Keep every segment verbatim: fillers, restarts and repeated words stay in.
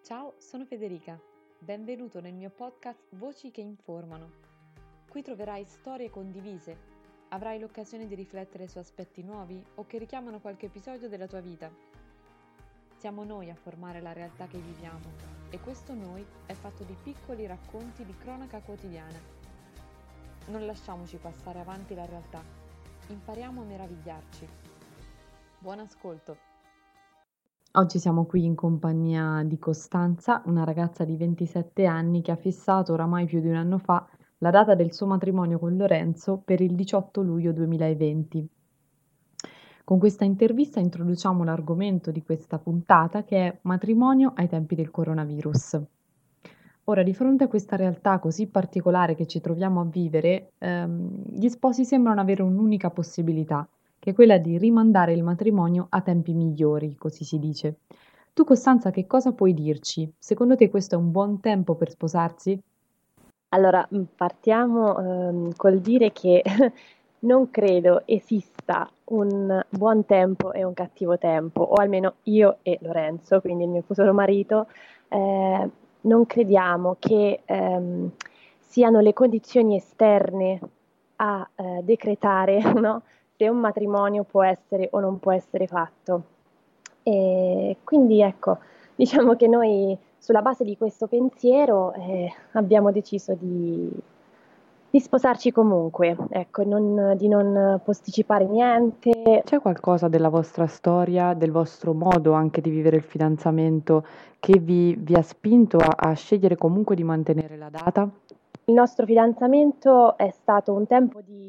Ciao, sono Federica. Benvenuto nel mio podcast Voci che informano. Qui troverai storie condivise. Avrai l'occasione di riflettere su aspetti nuovi o che richiamano qualche episodio della tua vita. Siamo noi a formare la realtà che viviamo e questo noi è fatto di piccoli racconti di cronaca quotidiana. Non lasciamoci passare avanti la realtà. Impariamo a meravigliarci. Buon ascolto! Oggi siamo qui in compagnia di Costanza, una ragazza di ventisette anni che ha fissato oramai più di un anno fa la data del suo matrimonio con Lorenzo per il diciotto luglio duemilaventi. Con questa intervista introduciamo l'argomento di questa puntata che è matrimonio ai tempi del coronavirus. Ora, di fronte a questa realtà così particolare che ci troviamo a vivere, ehm, gli sposi sembrano avere un'unica possibilità, che è quella di rimandare il matrimonio a tempi migliori, così si dice. Tu, Costanza, che cosa puoi dirci? Secondo te questo è un buon tempo per sposarsi? Allora, mh, partiamo ehm, col dire che non credo esista un buon tempo e un cattivo tempo, o almeno io e Lorenzo, quindi il mio futuro marito, eh, non crediamo che ehm, siano le condizioni esterne a eh, decretare, no, se un matrimonio può essere o non può essere fatto. E quindi ecco, diciamo che noi sulla base di questo pensiero eh, abbiamo deciso di, di sposarci comunque, ecco, non- di non posticipare niente. C'è qualcosa della vostra storia, del vostro modo anche di vivere il fidanzamento che vi, vi ha spinto a, a scegliere comunque di mantenere la data? Il nostro fidanzamento è stato un tempo di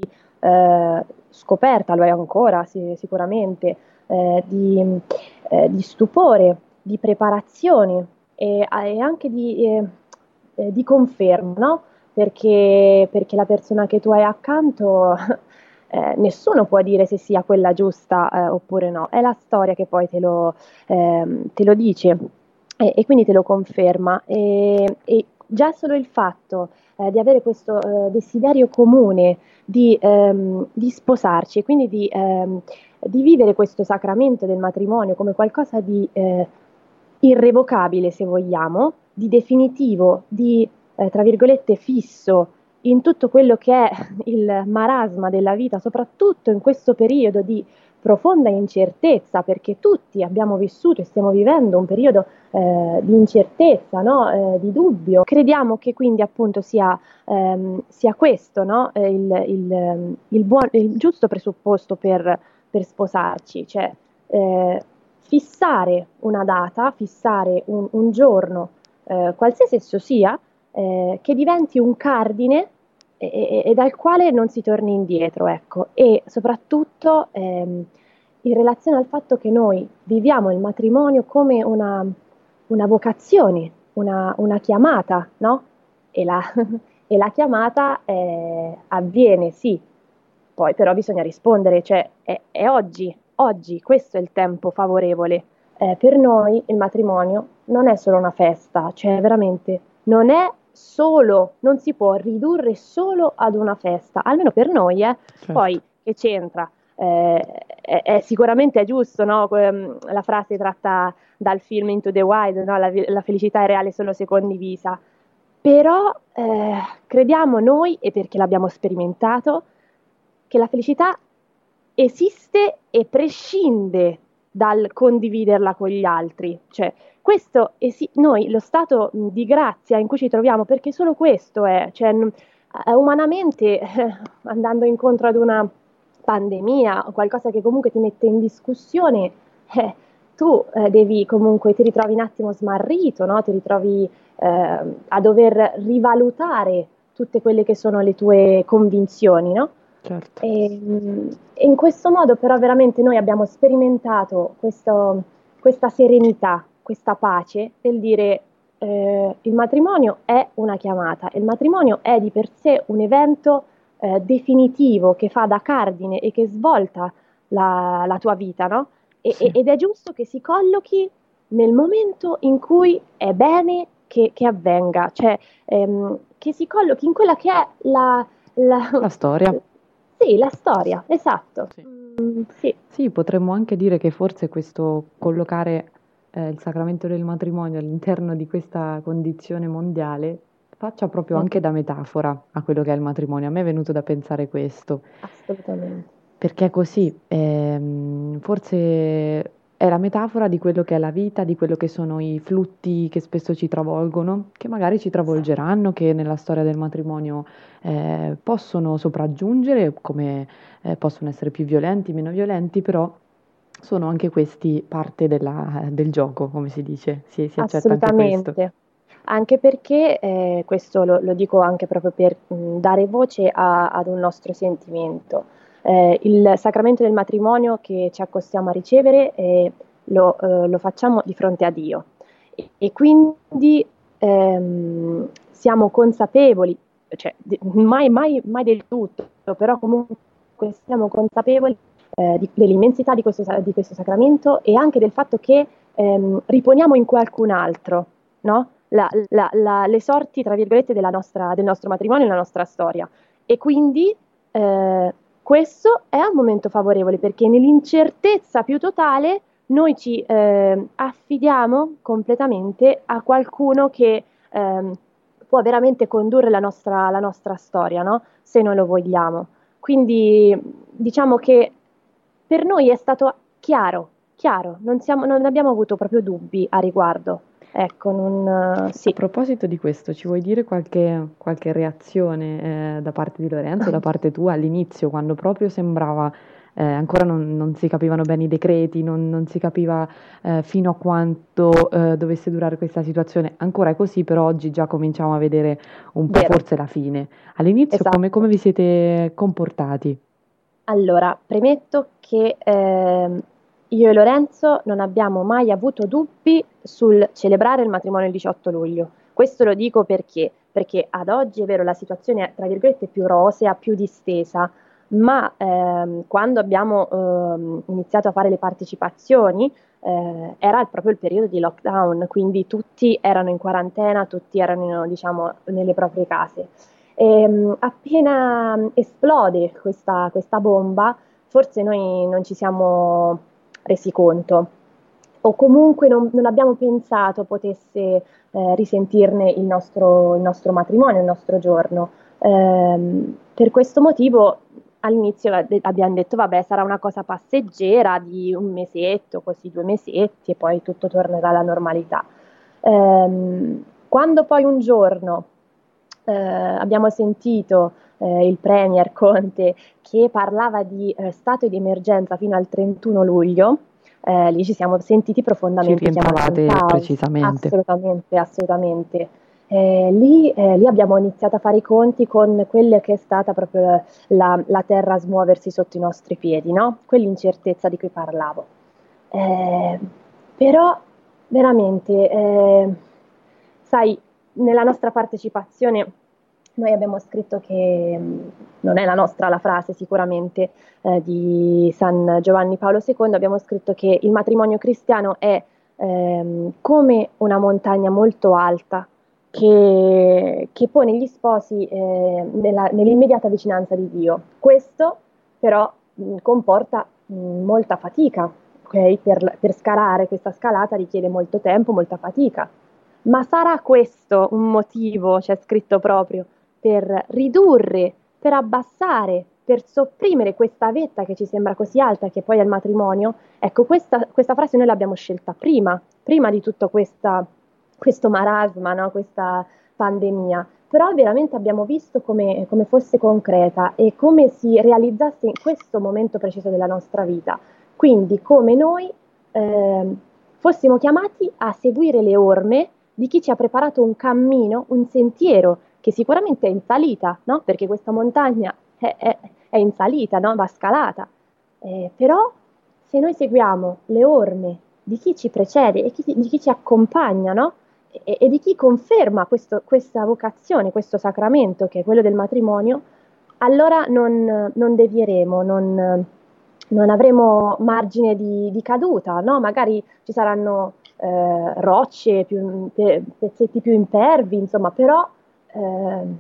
eh, scoperta, lo è ancora sì, sicuramente, eh, di, eh, di stupore, di preparazione e, e anche di, eh, eh, di conferma, no? Perché, perché la persona che tu hai accanto eh, nessuno può dire se sia quella giusta eh, oppure no, è la storia che poi te lo, ehm, te lo dice e, e quindi te lo conferma. E, e già solo il fatto eh, di avere questo eh, desiderio comune di, ehm, di sposarci e quindi di, ehm, di vivere questo sacramento del matrimonio come qualcosa di eh, irrevocabile, se vogliamo, di definitivo, di, eh, tra virgolette, fisso in tutto quello che è il marasma della vita, soprattutto in questo periodo di profonda incertezza, perché tutti abbiamo vissuto e stiamo vivendo un periodo eh, di incertezza, no? eh, di dubbio. Crediamo che quindi appunto sia, ehm, sia questo, no? eh, il, il, il, buon, il giusto presupposto per, per sposarci, cioè eh, fissare una data, fissare un, un giorno, eh, qualsiasi esso sia, eh, che diventi un cardine e, e, e dal quale non si torni indietro, ecco, e soprattutto ehm, in relazione al fatto che noi viviamo il matrimonio come una, una vocazione, una, una chiamata, no? E la, e la chiamata eh, avviene, sì, poi però bisogna rispondere, cioè è, è oggi, oggi, questo è il tempo favorevole. Eh, per noi il matrimonio non è solo una festa, cioè veramente non è solo, non si può ridurre solo ad una festa, almeno per noi, eh. Certo. Poi che c'entra? Eh, è, è sicuramente è giusto, no? Que- La frase tratta dal film Into the Wild, no? La, vi- la felicità è reale solo se condivisa. Però eh, crediamo noi, e perché l'abbiamo sperimentato, che la felicità esiste e prescinde dal condividerla con gli altri. Cioè, questo esi- noi, lo stato mh, di grazia in cui ci troviamo, perché solo questo è, cioè, n- eh, umanamente, eh, andando incontro ad una pandemia o qualcosa che comunque ti mette in discussione, eh, tu eh, devi comunque, ti ritrovi un attimo smarrito, no? Ti ritrovi eh, a dover rivalutare tutte quelle che sono le tue convinzioni, no? Certo. E, mh, e in questo modo però veramente noi abbiamo sperimentato questo- questa serenità, questa pace del dire eh, il matrimonio è una chiamata, il matrimonio è di per sé un evento eh, definitivo che fa da cardine e che svolta la, la tua vita, no? E- e- Sì. ed è giusto che si collochi nel momento in cui è bene che, che avvenga, cioè ehm, che si collochi in quella che è la, la, La storia. sì, la storia, esatto. Sì. Mm, sì, Sì, potremmo anche dire che forse questo collocare eh, il sacramento del matrimonio all'interno di questa condizione mondiale faccia proprio Eh, anche da metafora a quello che è il matrimonio. A me è venuto da pensare questo. assolutamente. Perché è così, ehm, forse è la metafora di quello che è la vita, di quello che sono i flutti che spesso ci travolgono, che magari ci travolgeranno, che nella storia del matrimonio eh, possono sopraggiungere, come eh, possono essere più violenti, meno violenti, però sono anche questi parte della- del gioco, come si dice, si, si accetta anche questo. Assolutamente, anche perché eh, questo lo, lo dico anche proprio per mh, dare voce a- ad un nostro sentimento. Eh, il sacramento del matrimonio che ci accostiamo a ricevere eh, lo, eh, lo facciamo di fronte a Dio e, e quindi ehm, siamo consapevoli, cioè di- mai, mai, mai del tutto, però comunque siamo consapevoli eh, di- dell'immensità di questo, sa- di questo sacramento e anche del fatto che ehm, riponiamo in qualcun altro, no? La- la- la- le sorti, tra virgolette, della nostra- del nostro matrimonio e della nostra storia. E quindi eh, questo è un momento favorevole perché nell'incertezza più totale noi ci eh, affidiamo completamente a qualcuno che ehm, può veramente condurre la nostra, la nostra storia, no? Se noi lo vogliamo. Quindi diciamo che per noi è stato chiaro, chiaro, non, siamo- non abbiamo avuto proprio dubbi a riguardo. Ecco, non, eh, A sì. proposito di questo, ci vuoi dire qualche, qualche reazione eh, da parte di Lorenzo, da parte tua all'inizio, quando proprio sembrava, eh, ancora non, non si capivano bene i decreti, non, non si capiva eh, fino a quanto eh, dovesse durare questa situazione. Ancora è così, però oggi già cominciamo a vedere un po' Vero, forse la fine. All'inizio come, come esatto. vi siete comportati? Allora, premetto che ehm, io e Lorenzo non abbiamo mai avuto dubbi sul celebrare il matrimonio il diciotto luglio. Questo lo dico perché? Perché ad oggi è vero, la situazione è tra virgolette più rosea, più distesa, ma ehm, quando abbiamo ehm, iniziato a fare le partecipazioni eh, era proprio il periodo di lockdown, quindi tutti erano in quarantena, tutti erano, diciamo, nelle proprie case. E, mh, appena mh, esplode questa, questa bomba, forse noi non ci siamo resi conto, o comunque non, non abbiamo pensato potesse eh, risentirne il nostro, il nostro matrimonio, il nostro giorno. Ehm, per questo motivo all'inizio ade- abbiamo detto, vabbè, sarà una cosa passeggera di un mesetto, così due mesetti, e poi tutto tornerà alla normalità. Ehm, quando poi un giorno eh, abbiamo sentito eh, il Premier Conte che parlava di eh, stato di emergenza fino al trentuno luglio, eh, lì ci siamo sentiti Ci profondamente chiamati in rientravate causa. precisamente. Assolutamente, assolutamente. Eh, lì, eh, lì abbiamo iniziato a fare i conti con quella che è stata proprio la, la terra a smuoversi sotto i nostri piedi, no? Quell'incertezza di cui parlavo. Eh, però veramente, eh, sai, nella nostra partecipazione noi abbiamo scritto che mh, non è la nostra la frase sicuramente eh, di San Giovanni Paolo secondo, abbiamo scritto che il matrimonio cristiano è ehm, come una montagna molto alta che, che pone gli sposi eh, nella- nell'immediata vicinanza di Dio. Questo però mh, comporta mh, molta fatica, ok? Per, per scalare questa scalata richiede molto tempo, molta fatica. Ma sarà questo un motivo, c'è scritto proprio, per ridurre, per abbassare, per sopprimere questa vetta che ci sembra così alta che poi è il matrimonio? Ecco, questa, questa frase noi l'abbiamo scelta prima, prima di tutto questa, questo marasma, no? Questa pandemia. Però veramente abbiamo visto come, come fosse concreta e come si realizzasse in questo momento preciso della nostra vita. Quindi come noi eh, fossimo chiamati a seguire le orme di chi ci ha preparato un cammino, un sentiero che sicuramente è in salita, no? Perché questa montagna è, è, è in salita, no? Va scalata. Eh, però se noi seguiamo le orme di chi ci precede e chi, di chi ci accompagna, no? E, e di chi conferma questo, questa vocazione, questo sacramento che è quello del matrimonio, allora non, non devieremo, non, non avremo margine di, di caduta, no? Magari ci saranno eh, rocce, più, pe- pezzetti più impervi, insomma, però eh,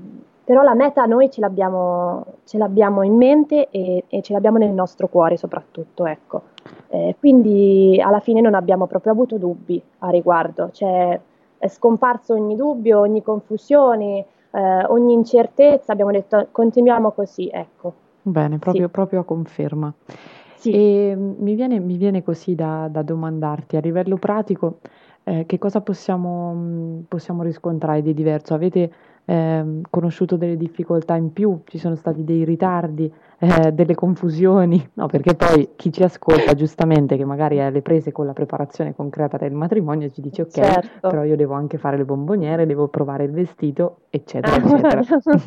però la meta noi ce l'abbiamo, ce l'abbiamo in mente e, e ce l'abbiamo nel nostro cuore soprattutto, ecco. Eh, quindi alla fine non abbiamo proprio avuto dubbi a riguardo, cioè è scomparso ogni dubbio, ogni confusione, eh, ogni incertezza, abbiamo detto continuiamo così, ecco. Bene, Sì, proprio, proprio a conferma. sì. E mm, mi viene, mi viene così da, da domandarti, a livello pratico, eh, che cosa possiamo, mm, possiamo riscontrare di diverso? Avete ehm, conosciuto delle difficoltà in più? Ci sono stati dei ritardi, eh, delle confusioni? No, perché poi chi ci ascolta, giustamente, che magari è alle prese con la preparazione concreta del matrimonio, ci dice ok, Certo. però io devo anche fare le bomboniere, devo provare il vestito, eccetera, Ah, eccetera.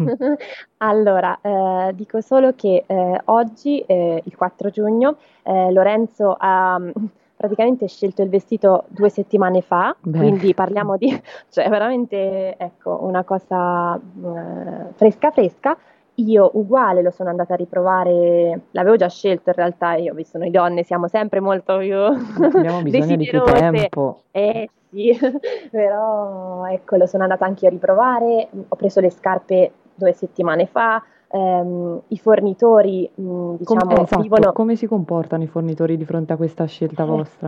allora, eh, dico solo che eh, oggi, eh, il quattro giugno, eh, Lorenzo ha mm, praticamente scelto il vestito due settimane fa, Bene. quindi parliamo di, cioè veramente, ecco, una cosa eh, fresca fresca. Io uguale lo sono andata a riprovare, l'avevo già scelto in realtà, io, visto noi donne siamo sempre molto più Beh, abbiamo bisogno di più desiderose. tempo. Eh sì, però ecco, lo sono andata anche io a riprovare, ho preso le scarpe due settimane fa, ehm, i fornitori, mh, Com- eh, diciamo, esatto, vivono. come si comportano i fornitori di fronte a questa scelta eh, vostra?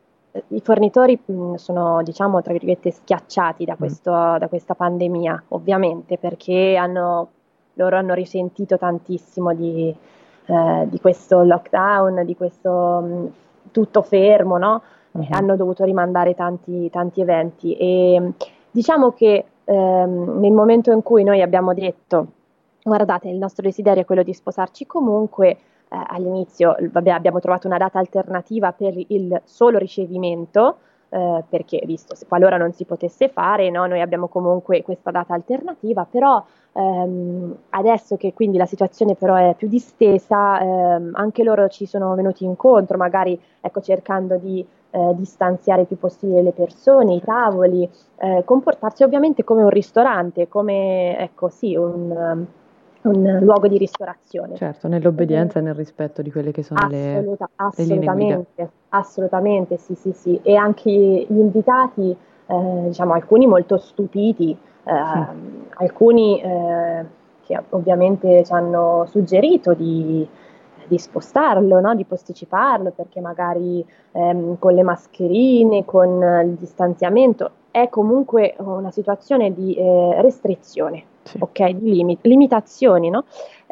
I fornitori mh, sono, diciamo, tra virgolette, schiacciati da Mm, questo- da questa pandemia, ovviamente, perché hanno, loro hanno risentito tantissimo di, eh, di questo lockdown, di questo mh, tutto fermo, no? E mhm. hanno dovuto rimandare tanti, tanti eventi. E mh, diciamo che ehm, nel momento in cui noi abbiamo detto, guardate, il nostro desiderio è quello di sposarci comunque, eh, all'inizio vabbè, abbiamo trovato una data alternativa per il solo ricevimento, eh, perché visto se qualora non si potesse fare, no, noi abbiamo comunque questa data alternativa, però ehm, adesso che quindi la situazione però è più distesa, ehm, anche loro ci sono venuti incontro, magari ecco, cercando di eh, distanziare il più possibile le persone, i Certo, tavoli, eh, comportarsi ovviamente come un ristorante, come ecco sì, un, um, un luogo di ristorazione. certo, E- nell'obbedienza e nel rispetto di quelle che sono le, Assoluta- le linee guida. assolutamente, assolutamente, sì, sì, sì. E anche gli invitati, eh, diciamo, alcuni molto stupiti, Mm, ehm, alcuni eh, che ovviamente ci hanno suggerito di, di spostarlo, no? Di posticiparlo, perché magari ehm, con le mascherine, con il distanziamento, è comunque una situazione di eh, restrizione, sì. ok? Di limi- limitazioni, no?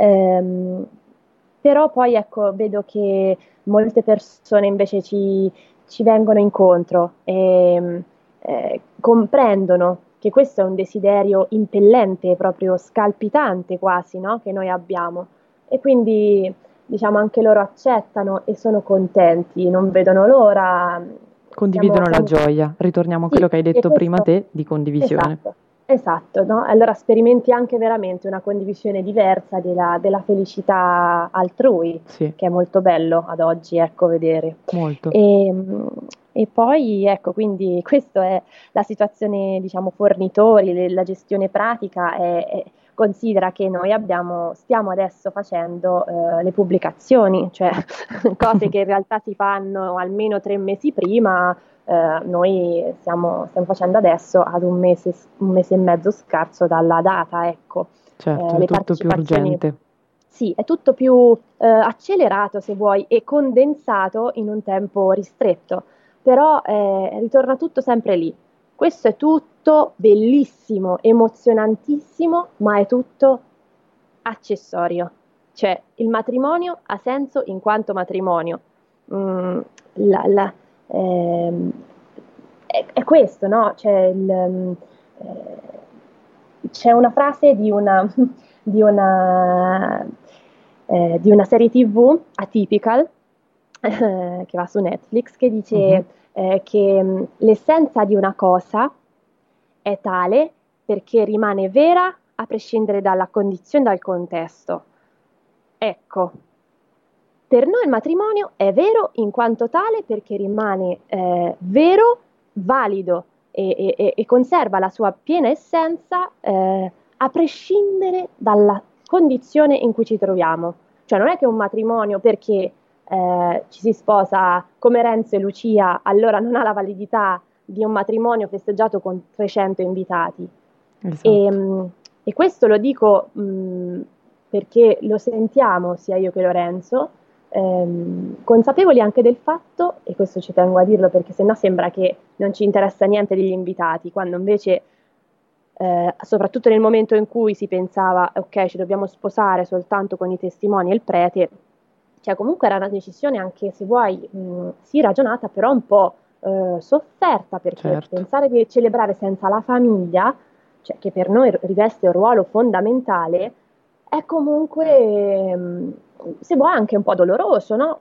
Ehm, però poi ecco, vedo che molte persone invece ci, ci vengono incontro e eh, comprendono che questo è un desiderio impellente, proprio scalpitante quasi, no? Che noi abbiamo. E quindi diciamo anche loro accettano e sono contenti, non vedono l'ora. Siamo, Condividono la siamo... gioia. Ritorniamo a Sì, quello che hai e detto prima questo te di condivisione. esatto, esatto, no? Allora sperimenti anche veramente una condivisione diversa della, della felicità altrui, Sì, che è molto bello ad oggi, ecco, vedere. molto. E, mh, e poi, ecco, quindi questa è la situazione, diciamo, fornitori, le- la gestione pratica. È- è- considera che noi abbiamo, stiamo adesso facendo eh, le pubblicazioni, cioè cose che in realtà si fanno almeno tre mesi prima, eh, noi stiamo, stiamo facendo adesso ad un mese, un mese e mezzo scarso dalla data, ecco. Certo, Eh, è le tutto più partecipazioni, urgente. sì, è tutto più eh, accelerato se vuoi e condensato in un tempo ristretto, però eh, ritorna tutto sempre lì. Questo è tutto bellissimo, emozionantissimo, ma è tutto accessorio. Cioè, il matrimonio ha senso in quanto matrimonio. Mm, la- la- ehm, è, è questo, no? C'è il, mm, eh, c'è una frase di una, di una, eh, di una serie T V, Atypical, eh, che va su Netflix, che Mhm. dice eh, che mh, l'essenza di una cosa è tale perché rimane vera a prescindere dalla condizione e dal contesto. Ecco, per noi il matrimonio è vero in quanto tale perché rimane eh, vero, valido e, e- e conserva la sua piena essenza eh, a prescindere dalla condizione in cui ci troviamo. Cioè non è che un matrimonio perché eh, ci si sposa come Renzo e Lucia, allora non ha la validità di un matrimonio festeggiato con trecento invitati. E, Esatto. mh, E questo lo dico mh, perché lo sentiamo sia io che Lorenzo, ehm, consapevoli anche del fatto, e questo ci tengo a dirlo perché sennò sembra che non ci interessa niente degli invitati, quando invece, eh, soprattutto nel momento in cui si pensava, ok, ci dobbiamo sposare soltanto con i testimoni e il prete, cioè comunque era una decisione anche se vuoi, mh, sì ragionata, però un po' eh, sofferta, perché Certo. pensare di celebrare senza la famiglia, cioè che per noi riveste un ruolo fondamentale, è comunque, mh, se vuoi, anche un po' doloroso, no?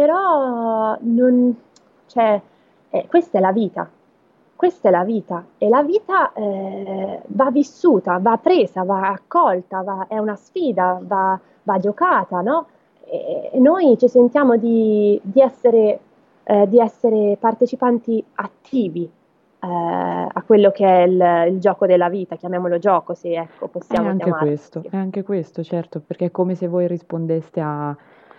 Però non, cioè, eh, questa è la vita, questa è la vita e la vita eh, va vissuta, va presa, va accolta, va- è una sfida, va, va giocata, no? E, e noi ci sentiamo di, di essere, eh, di essere partecipanti attivi eh, a quello che è il, il gioco della vita, chiamiamolo gioco, se ecco, È possiamo anche chiamarlo questo, così. è anche questo, certo, perché è come se voi rispondeste a,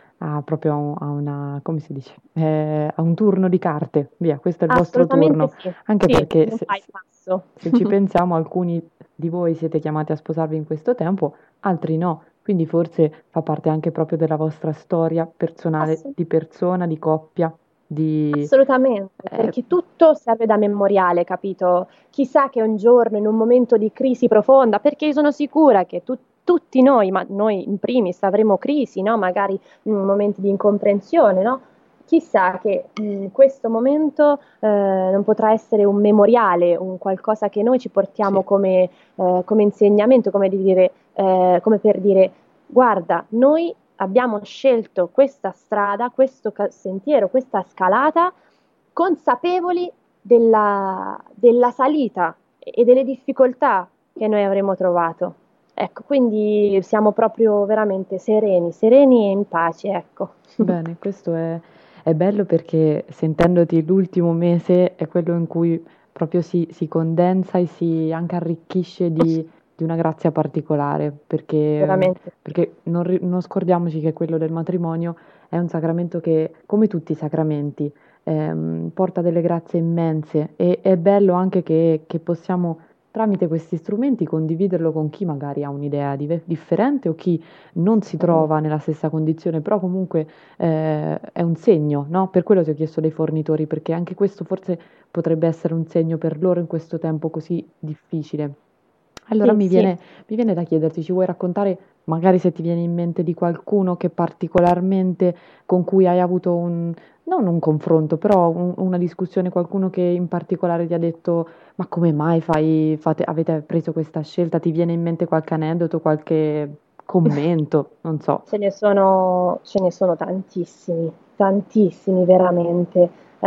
a proprio a un- a una, come si dice, Eh, a un turno di carte, via, questo è il vostro Assolutamente turno, sì, anche sì, perché un se, se- bypasso. se ci pensiamo, alcuni di voi siete chiamati a sposarvi in questo tempo, altri no, quindi forse fa parte anche proprio della vostra storia personale, Ass- di persona, di coppia, di... Assolutamente, eh, perché tutto serve da memoriale, capito? Chissà che un giorno, in un momento di crisi profonda, perché io sono sicura che tu- tutti noi, ma noi in primis avremo crisi, no? Magari in momenti di incomprensione, no? Chissà che mh, questo momento eh, non potrà essere un memoriale, un qualcosa che noi ci sì, portiamo come, eh, come insegnamento, come, di dire, eh, come per dire, guarda, noi abbiamo scelto questa strada, questo ca- sentiero, questa scalata, consapevoli della, della salita e delle difficoltà che noi avremo trovato. Ecco, quindi siamo proprio veramente sereni, sereni e in pace, ecco. bene, questo è, è bello perché sentendoti l'ultimo mese è quello in cui proprio si, si condensa e si anche arricchisce di, di una grazia particolare, perché, Veramente. perché non, ri- non scordiamoci che quello del matrimonio è un sacramento che, come tutti i sacramenti, ehm, porta delle grazie immense e è bello anche che, che possiamo tramite questi strumenti condividerlo con chi magari ha un'idea dive- differente o chi non si trova nella stessa condizione, però comunque eh, è un segno, no? Per quello ti ho chiesto dei fornitori, perché anche questo forse potrebbe essere un segno per loro in questo tempo così difficile. Allora Sì, mi sì. viene, mi viene da chiederti, ci vuoi raccontare, magari se ti viene in mente di qualcuno che particolarmente con cui hai avuto un, non un confronto, però un- una discussione, qualcuno che in particolare ti ha detto, ma come mai fai, fate- avete preso questa scelta? Ti viene in mente qualche aneddoto, qualche commento? Non so. Ce ne sono, ce ne sono tantissimi, tantissimi veramente.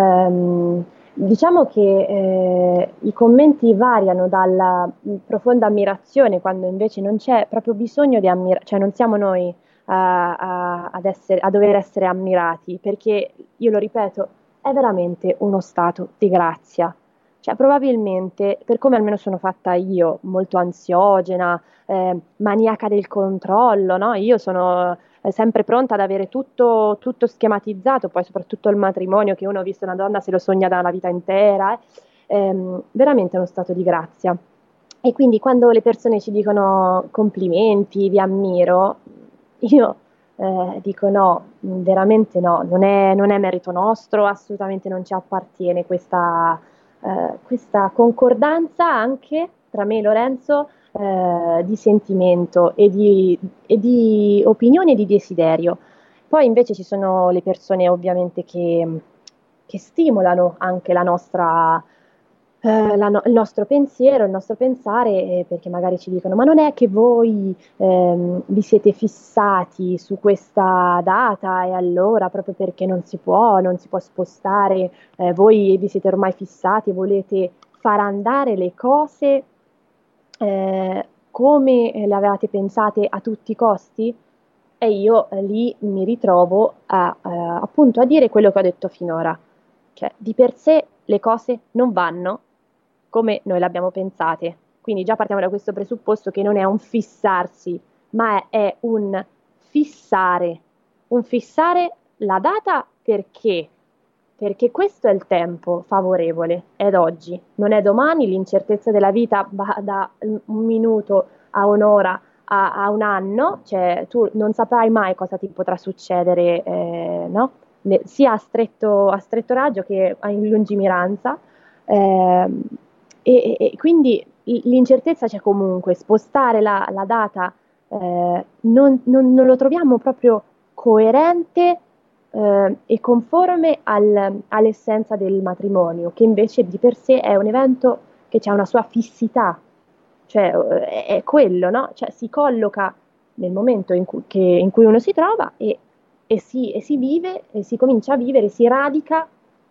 Ehm, diciamo che eh, i commenti variano dalla mh, profonda ammirazione, quando invece non c'è proprio bisogno di ammirare, cioè non siamo noi a, a- ad essere- a dover essere ammirati, perché io lo ripeto, è veramente uno stato di grazia. Cioè, probabilmente, per come almeno sono fatta io, molto ansiogena, eh, maniaca del controllo, no? Io sono eh, sempre pronta ad avere tutto, tutto schematizzato, poi soprattutto il matrimonio, che uno ha visto una donna se lo sogna da una vita intera, eh. Ehm, veramente è uno stato di grazia. E quindi quando le persone ci dicono complimenti, vi ammiro, io eh, dico no, veramente no, non è, non è merito nostro, assolutamente non ci appartiene questa, eh, questa concordanza anche tra me e Lorenzo eh, di sentimento e di, e di opinione e di desiderio. Poi invece ci sono le persone ovviamente che, che stimolano anche la nostra, eh, la no- il nostro pensiero, il nostro pensare, eh, perché magari ci dicono: ma non è che voi ehm, vi siete fissati su questa data e allora proprio perché non si può, non si può spostare, eh, voi vi siete ormai fissati e volete far andare le cose eh, come eh, le avevate pensate a tutti i costi? E io eh, lì mi ritrovo a, eh, appunto a dire quello che ho detto finora, cioè di per sé le cose non vanno come noi le abbiamo pensate. Quindi già partiamo da questo presupposto che non è un fissarsi, ma è, è un fissare, un fissare la data perché? Perché questo è il tempo favorevole, ed oggi, non è domani, l'incertezza della vita va da un minuto a un'ora, a, a un anno, cioè tu non saprai mai cosa ti potrà succedere, eh, no? Ne- sia a stretto, a stretto raggio che in lungimiranza. Ehm, e, e- e quindi l- l'incertezza c'è comunque, spostare la, la data eh, non, non- non lo troviamo proprio coerente eh, e conforme al- all'essenza del matrimonio, che invece di per sé è un evento che ha una sua fissità, cioè eh, è, è quello, no? Cioè si colloca nel momento in cui, che- in cui uno si trova e, e si, e si vive, e si comincia a vivere, si radica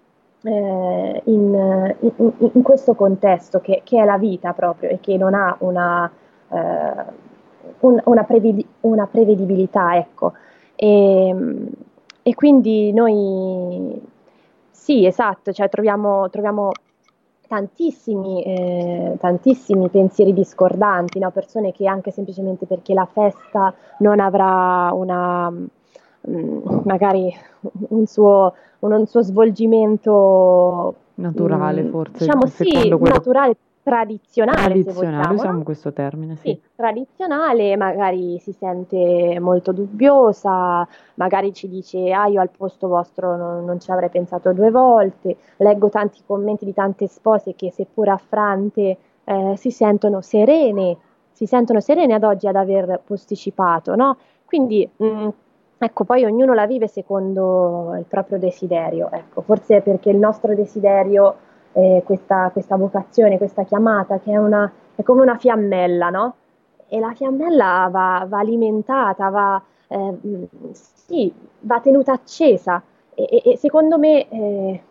eh, in, in- in questo contesto che, che è la vita proprio e che non ha una, eh, un- una, prevedi- una prevedibilità, ecco. E, e quindi noi, sì, esatto, cioè troviamo, troviamo tantissimi, eh, tantissimi pensieri discordanti, no? Persone che anche semplicemente perché la festa non avrà una, mm, magari un suo, un, un suo svolgimento, Naturale, mm, forse, diciamo sì, secondo quello naturale, tradizionale se tradizionale, vogliamo, no? usiamo questo termine, sì. Sì, tradizionale, magari si sente molto dubbiosa, magari ci dice, ah, io al posto vostro non, non ci avrei pensato due volte. Leggo tanti commenti di tante spose che, seppur affrante, eh, si sentono serene, si sentono serene ad oggi ad aver posticipato, no? Quindi, mh, ecco, poi ognuno la vive secondo il proprio desiderio, ecco, forse è perché il nostro desiderio, eh, questa, questa vocazione, questa chiamata, che è una è come una fiammella, no? E la fiammella va, va alimentata, va, eh, sì, va tenuta accesa. E, e- e secondo me eh,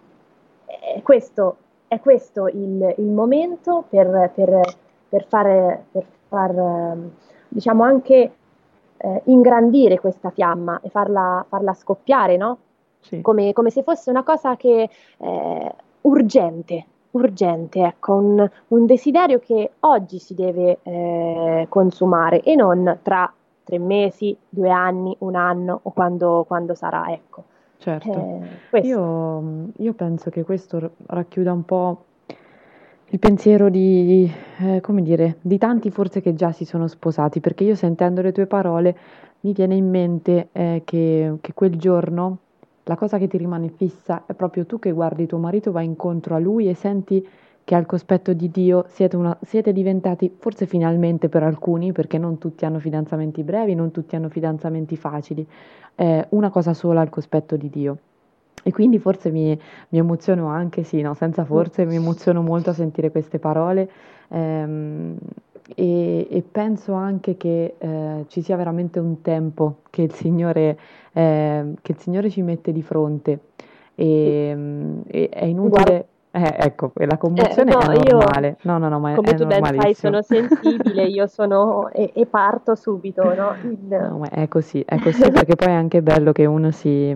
è questo, è questo il, il momento per, per, per fare, per far, ehm, diciamo, anche eh, ingrandire questa fiamma e farla, farla scoppiare, no? Sì. Come, come se fosse una cosa che è urgente, urgente, ecco, un, un desiderio che oggi si deve eh, consumare e non tra tre mesi, due anni, un anno o quando, quando sarà, ecco. Certo, Eh, questo. io, io penso che questo r- racchiuda un po' il pensiero di, eh, come dire, di tanti forse che già si sono sposati, perché io sentendo le tue parole mi viene in mente eh, che, che quel giorno la cosa che ti rimane fissa è proprio tu che guardi tuo marito, vai incontro a lui e senti che al cospetto di Dio siete, una- siete diventati, forse finalmente per alcuni, perché non tutti hanno fidanzamenti brevi, non tutti hanno fidanzamenti facili, eh, una cosa sola al cospetto di Dio. E quindi forse mi, mi emoziono anche, sì, no, senza forse, mi emoziono molto a sentire queste parole ehm, e, e penso anche che eh, ci sia veramente un tempo che il Signore, eh, che il Signore ci mette di fronte Sì. e, mm, e è Guarda, inutile, eh, ecco, e la eh, commozione è no, io, normale, no, no, no, ma è, come è tu ben sai, normalissimo. sono sensibile, io sono e, e parto subito, no? Il- No, ma è così, è così perché poi è anche bello che uno si,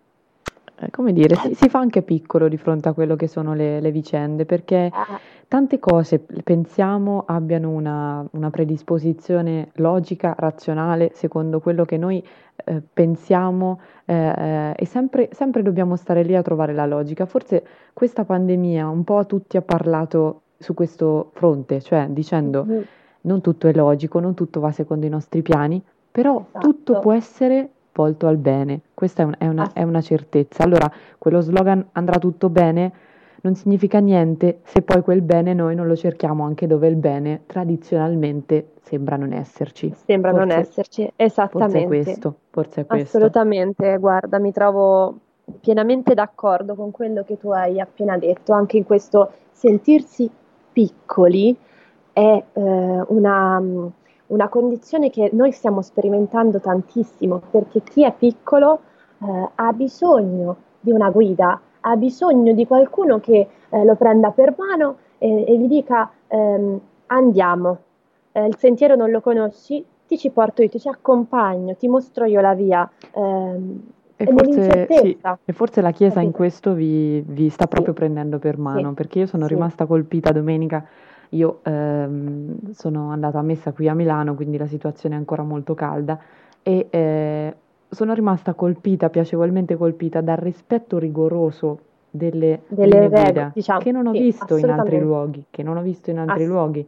eh, come dire, si, si fa anche piccolo di fronte a quello che sono le, le vicende, perché Ah, tante cose pensiamo abbiano una, una predisposizione logica, razionale, secondo quello che noi eh, pensiamo eh, eh, e sempre, sempre dobbiamo stare lì a trovare la logica. Forse questa pandemia un po' a tutti ha parlato su questo fronte, cioè dicendo mhm, non tutto è logico, non tutto va secondo i nostri piani, però tutto esatto. può essere volto al bene. Questa è, un- è una, Ah, è una certezza. Allora, quello slogan andrà tutto bene non significa niente se poi quel bene noi non lo cerchiamo anche dove il bene tradizionalmente sembra non esserci. sembra non Forse, esserci, forse è esattamente, questo, forse è questo. assolutamente. Guarda, mi trovo pienamente d'accordo con quello che tu hai appena detto, anche in questo sentirsi piccoli è eh, una, una condizione che noi stiamo sperimentando tantissimo, perché chi è piccolo eh, ha bisogno di una guida, ha bisogno di qualcuno che eh, lo prenda per mano e, e gli dica ehm, andiamo, eh, il sentiero non lo conosci, ti ci porto io, ti ci accompagno, ti mostro io la via. Ehm, E e forse sì, nell'incertezza, e forse la Chiesa in capito? questo vi, vi sta Sì, proprio prendendo per sì, mano, perché io sono sì. rimasta colpita domenica, io ehm, sono andata a messa qui a Milano, quindi la situazione è ancora molto calda, e eh, sono rimasta colpita, piacevolmente colpita dal rispetto rigoroso delle Delle linee regole, guida, diciamo, che non ho sì, visto in altri assolutamente. luoghi, che non ho visto in altri Ass- luoghi.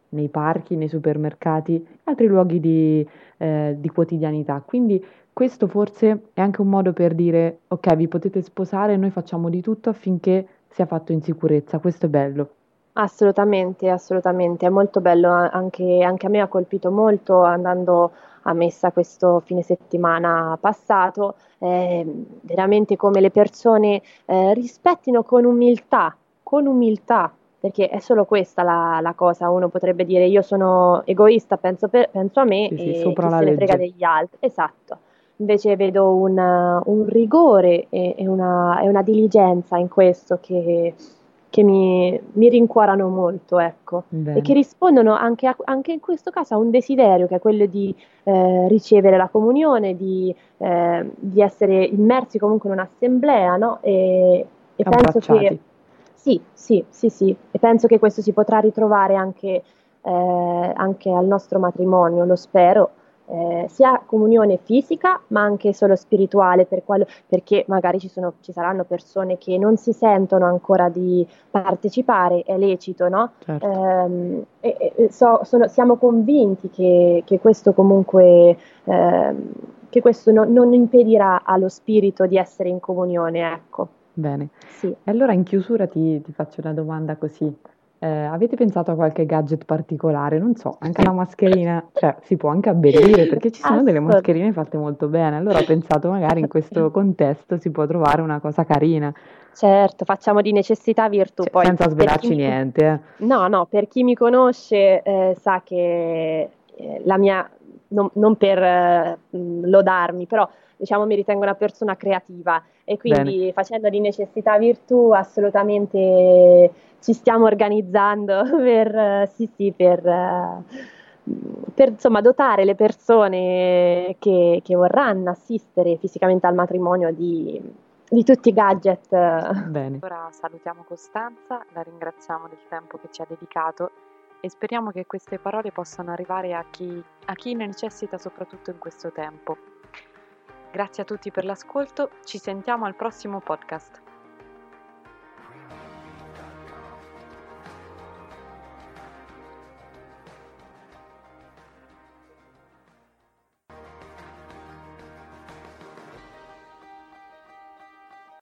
nei parchi, nei supermercati, altri luoghi di, eh, di quotidianità. Quindi questo forse è anche un modo per dire, ok, vi potete sposare, noi facciamo di tutto affinché sia fatto in sicurezza. Questo è bello. Assolutamente, assolutamente, è molto bello, a- anche, anche a me ha colpito molto andando a messa questo fine settimana passato, eh, veramente come le persone eh, rispettino con umiltà, con umiltà, perché è solo questa la, la cosa, uno potrebbe dire io sono egoista, penso, per- penso a me Sì, sì, e sopra chi la se ne frega legge. degli altri, esatto. Invece vedo un, un rigore e, e una, e una diligenza in questo che che mi, mi rincuorano molto, ecco, e che Bene, rispondono anche, a- anche in questo caso a un desiderio che è quello di eh, ricevere la comunione, di, eh, di essere immersi comunque in un'assemblea, no? E, e penso che abbracciati. sì, sì, sì, sì, e penso che questo si potrà ritrovare anche, eh, anche al nostro matrimonio, lo spero. Eh, sia comunione fisica ma anche solo spirituale per qual- perché magari ci sono, ci saranno persone che non si sentono ancora di partecipare, è lecito, no? Certo. Ehm, e, e so- sono- siamo convinti che, che questo comunque ehm, che questo no- non impedirà allo spirito di essere in comunione, ecco. Bene. Sì. E allora in chiusura ti, ti faccio una domanda così. Eh, avete pensato a qualche gadget particolare? Non so, anche la mascherina, cioè si può anche abbellire perché ci sono delle Assolut- mascherine fatte molto bene. Allora ho pensato magari in questo contesto si può trovare una cosa carina, Certo, facciamo di necessità virtù, cioè, poi senza per chi svelarci mi, co- niente. Eh. no, no, per chi mi conosce eh, sa che eh, la mia, non, non per eh, mh, lodarmi, però diciamo mi ritengo una persona creativa e Bene. quindi facendo di necessità virtù assolutamente ci stiamo organizzando per, eh, sì, sì, per, eh, per insomma dotare le persone che, che vorranno assistere fisicamente al matrimonio di, di tutti i gadget. eh, Bene. Ora salutiamo Costanza, la ringraziamo del tempo che ci ha dedicato e speriamo che queste parole possano arrivare a chi, a chi ne necessita soprattutto in questo tempo. Grazie a tutti per l'ascolto, ci sentiamo al prossimo podcast.